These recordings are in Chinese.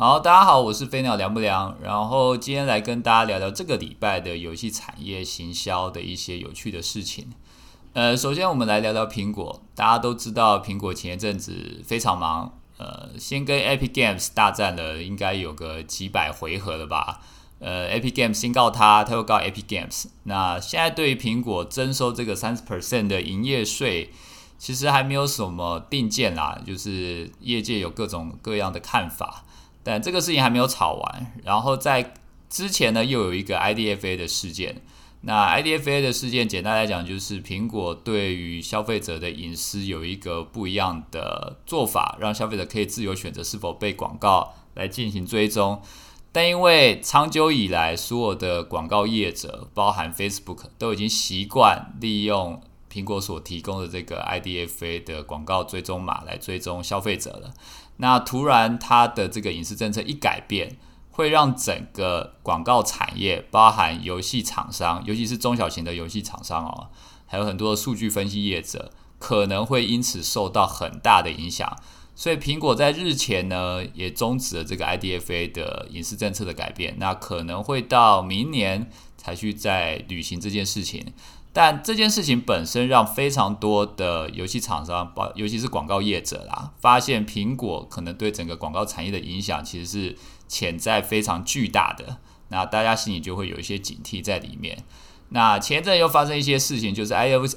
好，大家好，我是飞鸟凉不凉，然后今天来跟大家聊聊这个礼拜的游戏产业行销的一些有趣的事情。首先我们来聊聊苹果，大家都知道苹果前一阵子非常忙，先跟 Epic Games 大战了，应该有个几百回合了吧。Epic Games 先告他又告 Epic Games。那现在对于苹果征收这个30% 的营业税，其实还没有什么定见啦，就是业界有各种各样的看法。但这个事情还没有吵完，然后在之前呢，又有一个 IDFA 的事件。那 IDFA 的事件，简单来讲，就是苹果对于消费者的隐私有一个不一样的做法，让消费者可以自由选择是否被广告来进行追踪。但因为长久以来，所有的广告业者，包含 Facebook， 都已经习惯利用苹果所提供的这个 IDFA 的广告追踪码来追踪消费者了。那突然它的这个隐私政策一改变，会让整个广告产业，包含游戏厂商，尤其是中小型的游戏厂商哦，还有很多的数据分析业者，可能会因此受到很大的影响。所以苹果在日前呢，也终止了这个 IDFA 的隐私政策的改变，那可能会到明年才去再履行这件事情。但这件事情本身让非常多的游戏厂商，尤其是广告业者啦，发现苹果可能对整个广告产业的影响其实是潜在非常巨大的，那大家心里就会有一些警惕在里面。那前一阵又发生一些事情，就是 iOS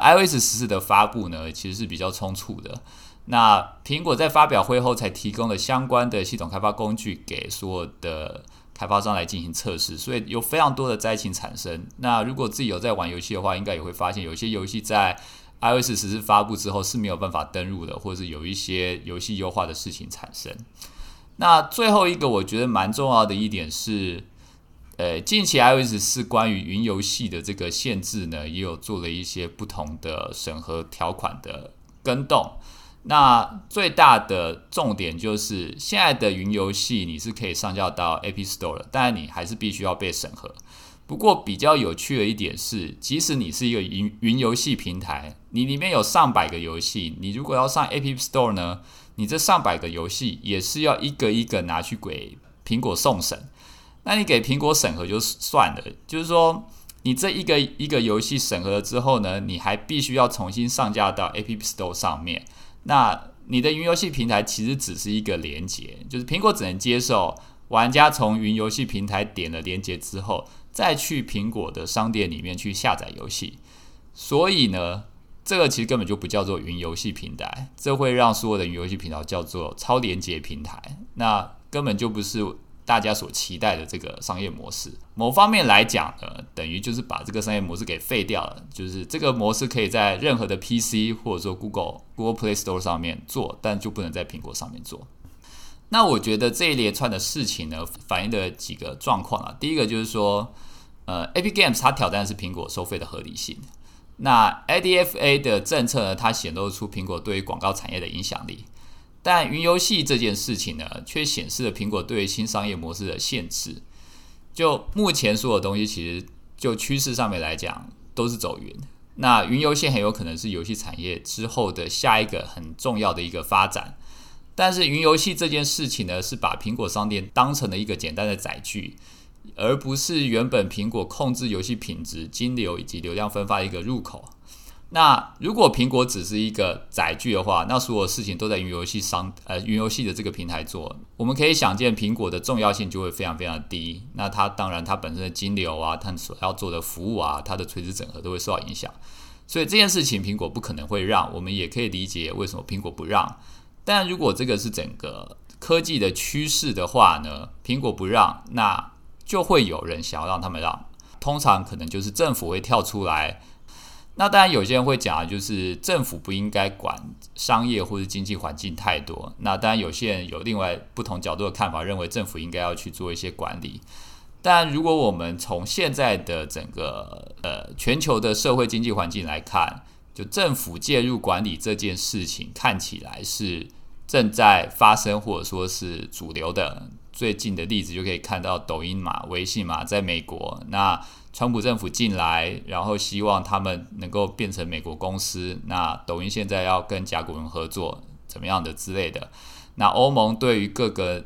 14的发布呢，其实是比较冲突的。那苹果在发表会后才提供了相关的系统开发工具给所有的开发商来进行测试，所以有非常多的灾情产生。那如果自己有在玩游戏的话，应该也会发现有一些游戏在 iOS 14发布之后是没有办法登入的，或者是有一些游戏优化的事情产生。那最后一个我觉得蛮重要的一点是，近期 iOS 14关于云游戏的这个限制呢，也有做了一些不同的审核条款的更动。那最大的重点就是，现在的云游戏你是可以上架到 App Store 的，当然你还是必须要被审核。不过比较有趣的一点是，即使你是一个云游戏平台，你里面有上百个游戏，你如果要上 App Store 呢，你这上百个游戏也是要一个一个拿去给苹果送审。那你给苹果审核就算了，就是说你这一个一个游戏审核了之后呢，你还必须要重新上架到 App Store 上面。那你的云游戏平台其实只是一个连结，就是苹果只能接受玩家从云游戏平台点了连结之后，再去苹果的商店里面去下载游戏。所以呢，这个其实根本就不叫做云游戏平台，这会让所有的云游戏平台叫做超连结平台，那根本就不是大家所期待的这个商业模式。某方面来讲呢，等于就是把这个商业模式给废掉了，就是这个模式可以在任何的 PC 或者说 Google Play Store 上面做，但就不能在苹果上面做。那我觉得这一连串的事情呢，反映的几个状况啊。第一个就是说Epic Games 它挑战的是苹果收费的合理性。那 IDFA 的政策呢，它显露出苹果对于广告产业的影响力。但云游戏这件事情呢，却显示了苹果对于新商业模式的限制。就目前所有东西，其实就趋势上面来讲，都是走云。那云游戏很有可能是游戏产业之后的下一个很重要的一个发展。但是云游戏这件事情呢，是把苹果商店当成了一个简单的载具，而不是原本苹果控制游戏品质、金流以及流量分发的一个入口。那如果苹果只是一个载具的话，那所有事情都在云游戏的这个平台做，我们可以想见苹果的重要性就会非常非常低。那它当然它本身的金流啊，它所要做的服务啊，它的垂直整合都会受到影响。所以这件事情苹果不可能会让，我们也可以理解为什么苹果不让。但如果这个是整个科技的趋势的话呢，苹果不让，那就会有人想要让他们让。通常可能就是政府会跳出来。那当然有些人会讲，就是政府不应该管商业或是经济环境太多。那当然有些人有另外不同角度的看法，认为政府应该要去做一些管理。但如果我们从现在的整个全球的社会经济环境来看，就政府介入管理这件事情看起来是正在发生，或者说是主流的。最近的例子就可以看到抖音嘛、微信嘛，在美国，那川普政府进来，然后希望他们能够变成美国公司。那抖音现在要跟甲骨文合作，怎么样的之类的。那欧盟对于各个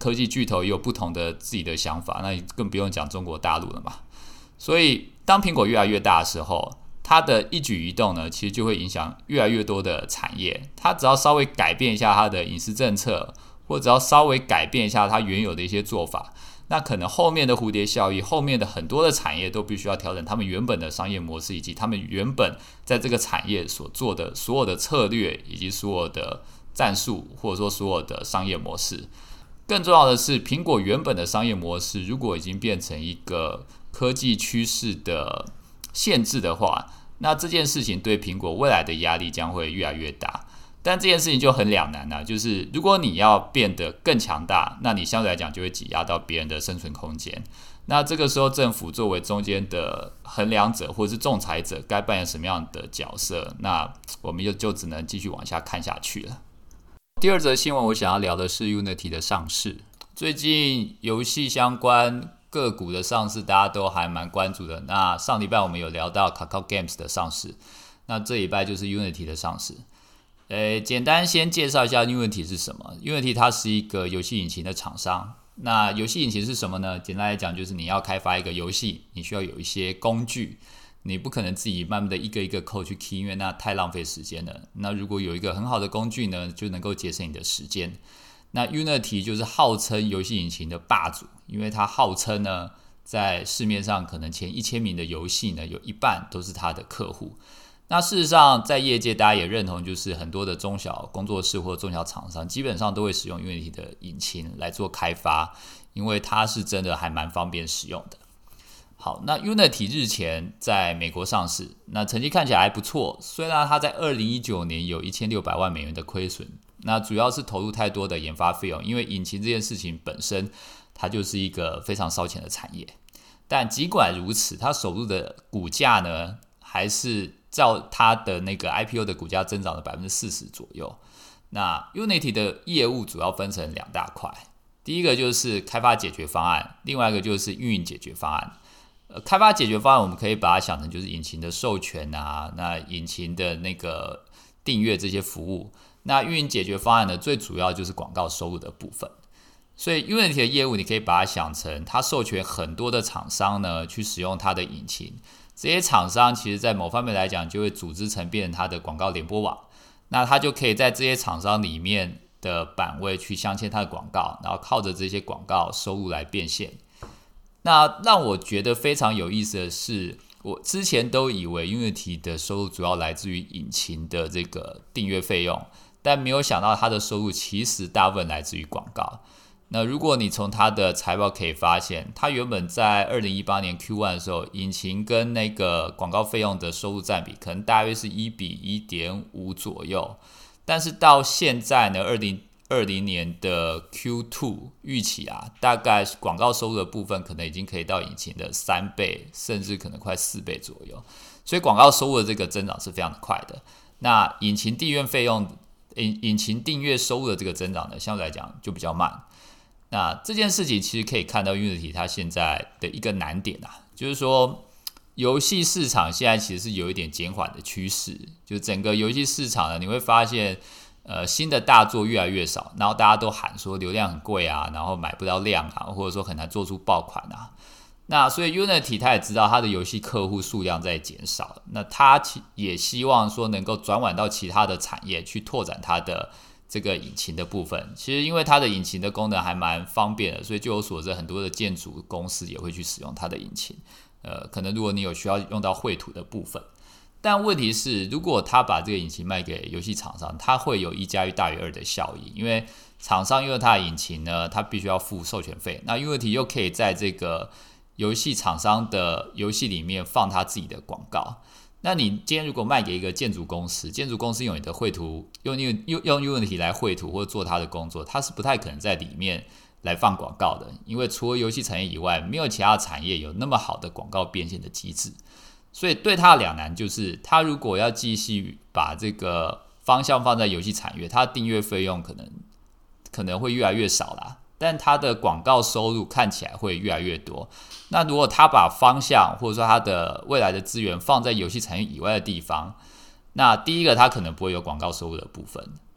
科技巨头也有不同的自己的想法，那更不用讲中国大陆了嘛。所以当苹果越来越大的时候，它的一举一动呢，其实就会影响越来越多的产业。它只要稍微改变一下它的隐私政策，或者要稍微改变一下它原有的一些做法，那可能后面的蝴蝶效应，后面的很多的产业都必须要调整他们原本的商业模式，以及他们原本在这个产业所做的所有的策略，以及所有的战术，或者说所有的商业模式。更重要的是，苹果原本的商业模式如果已经变成一个科技趋势的限制的话，那这件事情对苹果未来的压力将会越来越大。但这件事情就很两难啦，就是如果你要变得更强大，那你相对来讲就会挤压到别人的生存空间。那这个时候政府作为中间的衡量者或者是仲裁者，该扮演什么样的角色？那我们就只能继续往下看下去了。第二则新闻我想要聊的是 Unity 的上市。最近游戏相关个股的上市大家都还蛮关注的。那上礼拜我们有聊到 Kakao Games 的上市，那这礼拜就是 Unity 的上市。简单先介绍一下 Unity 是什么。Unity 它是一个游戏引擎的厂商。那游戏引擎是什么呢？简单来讲就是你要开发一个游戏，你需要有一些工具，你不可能自己慢慢的一个一个 code 去 key， 因为那太浪费时间了。那如果有一个很好的工具呢，就能够节省你的时间。那 Unity 就是号称游戏引擎的霸主，因为它号称呢，在市面上可能前1000名的游戏呢，有一半都是它的客户。那事实上，在业界大家也认同，就是很多的中小工作室或中小厂商，基本上都会使用 Unity 的引擎来做开发，因为它是真的还蛮方便使用的。好，那 Unity 日前在美国上市，那成绩看起来还不错。虽然它在2019年有1600万美元的亏损，那主要是投入太多的研发费用，因为引擎这件事情本身它就是一个非常烧钱的产业。但尽管如此，它首入的股价呢，还是照它的那个 IPO 的股价增长了 40% 左右。那 Unity 的业务主要分成2大块，第一个就是开发解决方案，另外一个就是运营解决方案。开发解决方案我们可以把它想成就是引擎的授权啊，那引擎的那个订阅这些服务。那运营解决方案呢，最主要就是广告收入的部分。所以 Unity 的业务你可以把它想成，它授权很多的厂商呢去使用它的引擎。这些厂商其实在某方面来讲，就会组织成变成它的广告联播网。那它就可以在这些厂商里面的版位去镶嵌它的广告，然后靠着这些广告收入来变现。那让我觉得非常有意思的是，我之前都以为 Unity 的收入主要来自于引擎的这个订阅费用，但没有想到它的收入其实大部分来自于广告。那如果你从它的财报可以发现，它原本在2018年 Q1 的时候，引擎跟那个广告费用的收入占比可能大约是1:1.5左右，但是到现在呢2020年的 Q2 预期啊，大概广告收入的部分可能已经可以到引擎的3倍，甚至可能快4倍左右。所以广告收入的这个增长是非常的快的。那引擎订阅费用、引擎订阅收入的这个增长呢，相对来讲就比较慢。那这件事情其实可以看到 Unity 它现在的一个难点啊，就是说游戏市场现在其实是有一点减缓的趋势，就整个游戏市场呢，你会发现新的大作越来越少，然后大家都喊说流量很贵啊，然后买不到量啊，或者说很难做出爆款啊。那所以 Unity 它也知道它的游戏客户数量在减少，那它也希望说能够转往到其他的产业去拓展它的这个引擎的部分。其实因为它的引擎的功能还蛮方便的，所以据我所知很多的建筑公司也会去使用它的引擎。可能如果你有需要用到绘图的部分，但问题是如果他把这个引擎卖给游戏厂商，它会有1+1=2的效益，因为厂商因为它的引擎呢，它必须要付授权费，那 Unity 又可以在这个游戏厂商的游戏里面放它自己的广告。那你今天如果卖给一个建筑公司，建筑公司用你的绘图，用 Unity 来绘图或者做它的工作，它是不太可能在里面来放广告的，因为除了游戏产业以外，没有其他产业有那么好的广告变现的机制。所以对他的两难就是，他如果要继续把这个方向放在游戏产业，他的订阅费用可能会越来越少啦，但他的广告收入看起来会越来越多。那如果他把方向或者说他的未来的资源放在游戏产业以外的地方，那第一个他可能不会有广告收入的部分，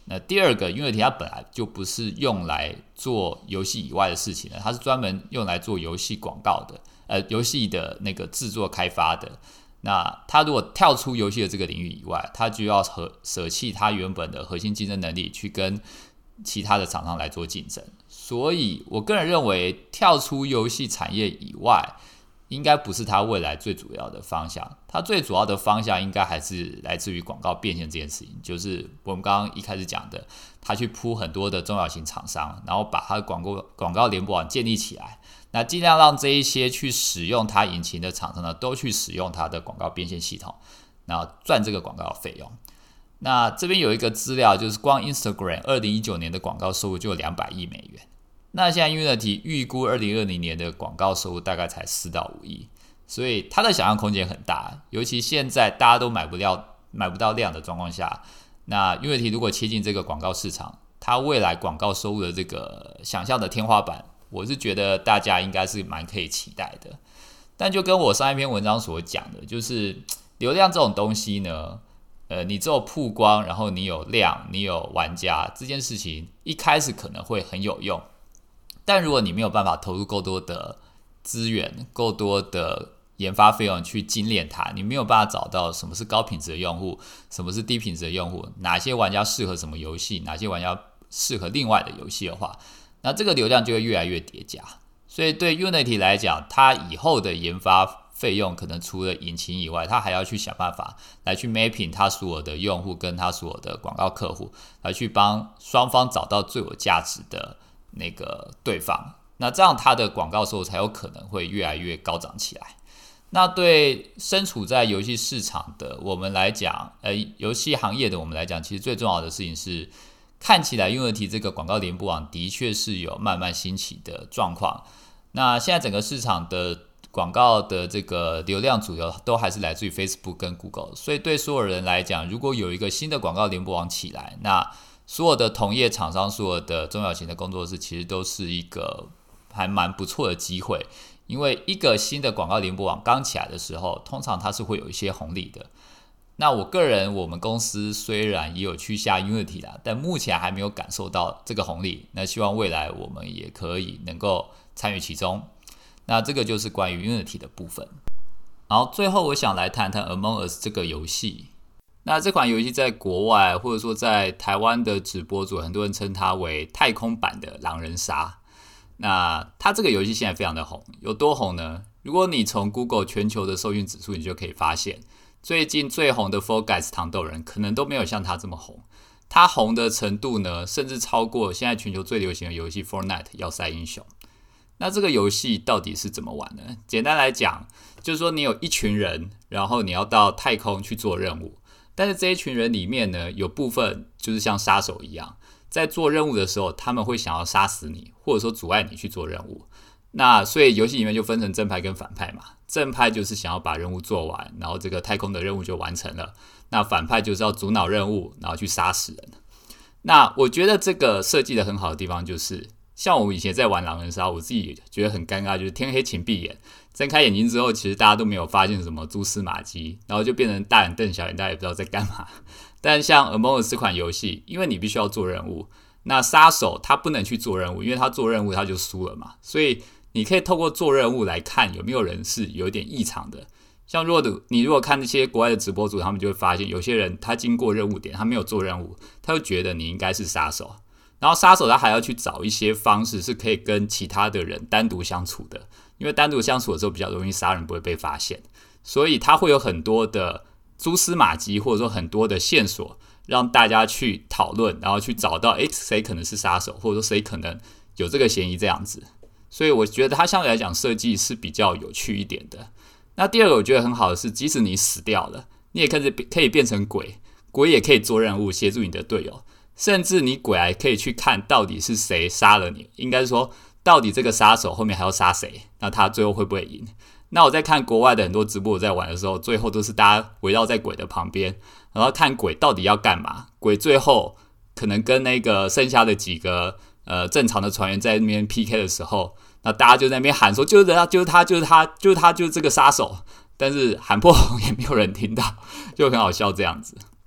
那第二个 Unity 它本来就不是用来做游戏以外的事情的，它是专门用来做游戏广告的，游戏的那个制作开发的。那它如果跳出游戏的这个领域以外，它就要舍弃它原本的核心竞争能力，去跟其他的厂商来做竞争。所以我个人认为，跳出游戏产业以外，应该不是它未来最主要的方向。它最主要的方向应该还是来自于广告变现这件事情，就是我们刚刚一开始讲的，它去铺很多的中小型厂商，然后把它的广告联播网建立起来。那尽量让这一些去使用它引擎的厂商呢，都去使用它的广告变现系统，然后赚这个广告费用。那这边有一个资料，就是光 Instagram 2019年的广告收入就有200亿美元。那现在 Unity 预估2020年的广告收入大概才4到5亿，所以它的想象空间很大。尤其现在大家都买不到量的状况下，那 Unity 如果切进这个广告市场，它未来广告收入的这个想象的天花板，我是觉得大家应该是蛮可以期待的。但就跟我上一篇文章所讲的，就是流量这种东西呢，你只有曝光，然后你有量，你有玩家，这件事情一开始可能会很有用。但如果你没有办法投入够多的资源、够多的研发费用去精炼它，你没有办法找到什么是高品质的用户，什么是低品质的用户，哪些玩家适合什么游戏，哪些玩家适合另外的游戏的话，那这个流量就会越来越叠加。所以对 Unity 来讲，它以后的研发费用可能除了引擎以外，它还要去想办法来去 mapping 它所有的用户跟它所有的广告客户，来去帮双方找到最有价值的那个对方。那这样它的广告收入才有可能会越来越高涨起来。那对身处在游戏市场的我们来讲，游戏行业的我们来讲，其实最重要的事情是，看起来 Unity 这个广告联播网的确是有慢慢兴起的状况。那现在整个市场的广告的这个流量主流都还是来自于 Facebook 跟 Google， 所以对所有人来讲，如果有一个新的广告联播网起来，那所有的同业厂商、所有的中小型的工作室，其实都是一个还蛮不错的机会。因为一个新的广告联播网刚起来的时候，通常它是会有一些红利的。那我们公司虽然也有去下 Unity 啦，但目前还没有感受到这个红利。那希望未来我们也可以能够参与其中。那这个就是关于 Unity 的部分。然后最后我想来谈谈 Among Us 这个游戏。那这款游戏在国外或者说在台湾的直播主，很多人称它为太空版的狼人杀。那它这个游戏现在非常的红，有多红呢？如果你从 Google 全球的搜寻指数，你就可以发现，最近最红的 Fall Guys 糖豆人可能都没有像它这么红。它红的程度呢，甚至超过现在全球最流行的游戏 Fortnite 要塞英雄。那这个游戏到底是怎么玩呢？简单来讲，就是说你有一群人，然后你要到太空去做任务，但是这一群人里面呢，有部分就是像杀手一样，在做任务的时候，他们会想要杀死你，或者说阻碍你去做任务。那所以游戏里面就分成正派跟反派嘛。正派就是想要把任务做完，然后这个太空的任务就完成了。那反派就是要阻挠任务，然后去杀死人。那我觉得这个设计的很好的地方就是，像我以前在玩狼人杀，我自己觉得很尴尬，就是天黑请闭眼，睁开眼睛之后，其实大家都没有发现什么蛛丝马迹，然后就变成大眼瞪小眼，大家也不知道在干嘛。但像 Among Us 这款游戏，因为你必须要做任务，那杀手他不能去做任务，因为他做任务他就输了嘛，所以你可以透过做任务来看有没有人是有点异常的。像你如果看那些国外的直播主，他们就会发现有些人他经过任务点，他没有做任务，他就觉得你应该是杀手，然后杀手他还要去找一些方式是可以跟其他的人单独相处的，因为单独相处的时候比较容易杀人，不会被发现，所以他会有很多的蛛丝马迹，或者说很多的线索让大家去讨论，然后去找到谁可能是杀手，或者说谁可能有这个嫌疑这样子。所以我觉得它相对来讲设计是比较有趣一点的。那第二个我觉得很好的是，即使你死掉了，你也可以变成鬼，鬼也可以做任务协助你的队友，甚至你鬼还可以去看到底是谁杀了你，应该是说到底这个杀手后面还要杀谁，那他最后会不会赢。那我在看国外的很多直播我在玩的时候，最后都是大家围绕在鬼的旁边，然后看鬼到底要干嘛，鬼最后可能跟那个剩下的几个正常的船员在那边 PK 的时候，那大家就在那边喊说就是他就是这个杀手，但是喊破喉也没有人听到，就很好笑这样子。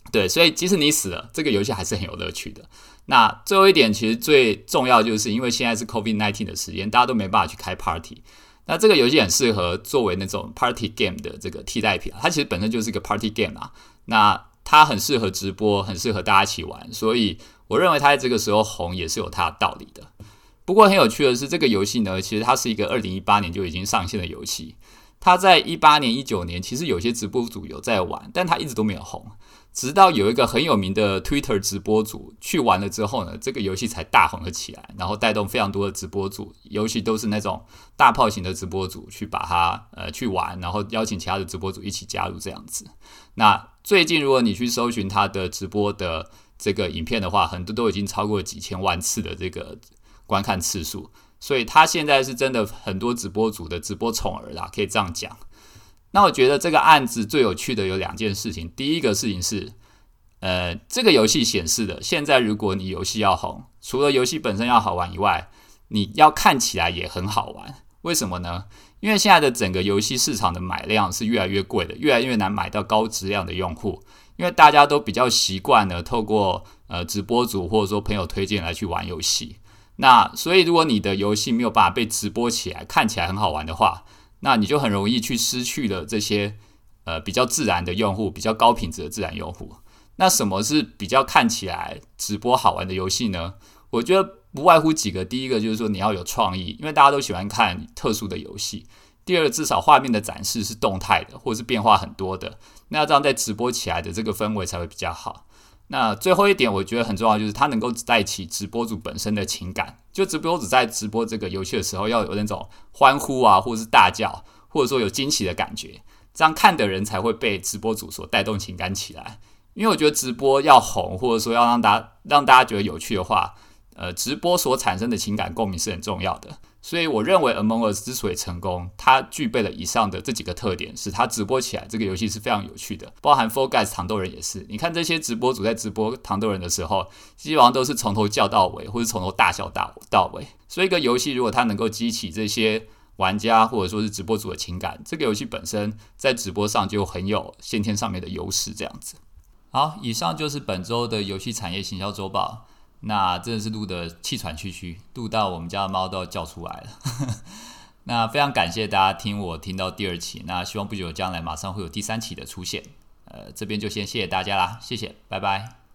对，所以即使你死了，这个游戏还是很有乐趣的。那最后一点，其实最重要就是因为现在是 COVID-19 的时间，大家都没办法去开 party。那这个游戏很适合作为那种 party game 的这个替代品，它其实本身就是一个 party game 啊。那它很适合直播，很适合大家一起玩，所以我认为它在这个时候红也是有它的道理的。不过很有趣的是，这个游戏呢，其实它是一个2018年就已经上线的游戏。它在18年、19年，其实有些直播主有在玩，但它一直都没有红。直到有一个很有名的 Twitter 直播主去玩了之后呢，这个游戏才大红了起来，然后带动非常多的直播主，尤其都是那种大炮型的直播主去把它去玩，然后邀请其他的直播主一起加入这样子。那最近如果你去搜寻他的直播的这个影片的话，很多都已经超过几千万次的这个观看次数，所以他现在是真的很多直播主的直播宠儿啦，可以这样讲。那我觉得这个案子最有趣的有2件事情。第一个事情是，这个游戏显示的，现在如果你游戏要红，除了游戏本身要好玩以外，你要看起来也很好玩。为什么呢？因为现在的整个游戏市场的买量是越来越贵的，越来越难买到高质量的用户，因为大家都比较习惯呢透过直播主或者说朋友推荐来去玩游戏。那所以如果你的游戏没有办法被直播起来，看起来很好玩的话，那你就很容易去失去了这些比较自然的用户，比较高品质的自然用户。那什么是比较看起来直播好玩的游戏呢？我觉得不外乎几个，第一个就是说你要有创意，因为大家都喜欢看特殊的游戏。第二个，至少画面的展示是动态的，或是变化很多的，那这样在直播起来的这个氛围才会比较好。那最后一点我觉得很重要，就是它能够带起直播主本身的情感。就直播主在直播这个游戏的时候，要有那种欢呼啊，或者是大叫，或者说有惊喜的感觉，这样看的人才会被直播主所带动情感起来。因为我觉得直播要红，或者说要让大家觉得有趣的话，直播所产生的情感共鸣是很重要的。所以我认为 Among Us 之所以成功，它具备了以上的这几个特点，使它直播起来这个游戏是非常有趣的。包含 Fall Guys 糖豆人也是，你看这些直播主在直播糖豆人的时候，基本上都是从头叫到尾，或是从头大笑到尾。所以一个游戏如果它能够激起这些玩家或者说是直播主的情感，这个游戏本身在直播上就很有先天上面的优势这样子。好，以上就是本周的游戏产业行销周报。那真的是录的气喘吁吁，录到我们家的猫都要叫出来了。那非常感谢大家听我听到第2期，那希望不久将来马上会有第3期的出现。这边就先谢谢大家啦，谢谢，拜拜。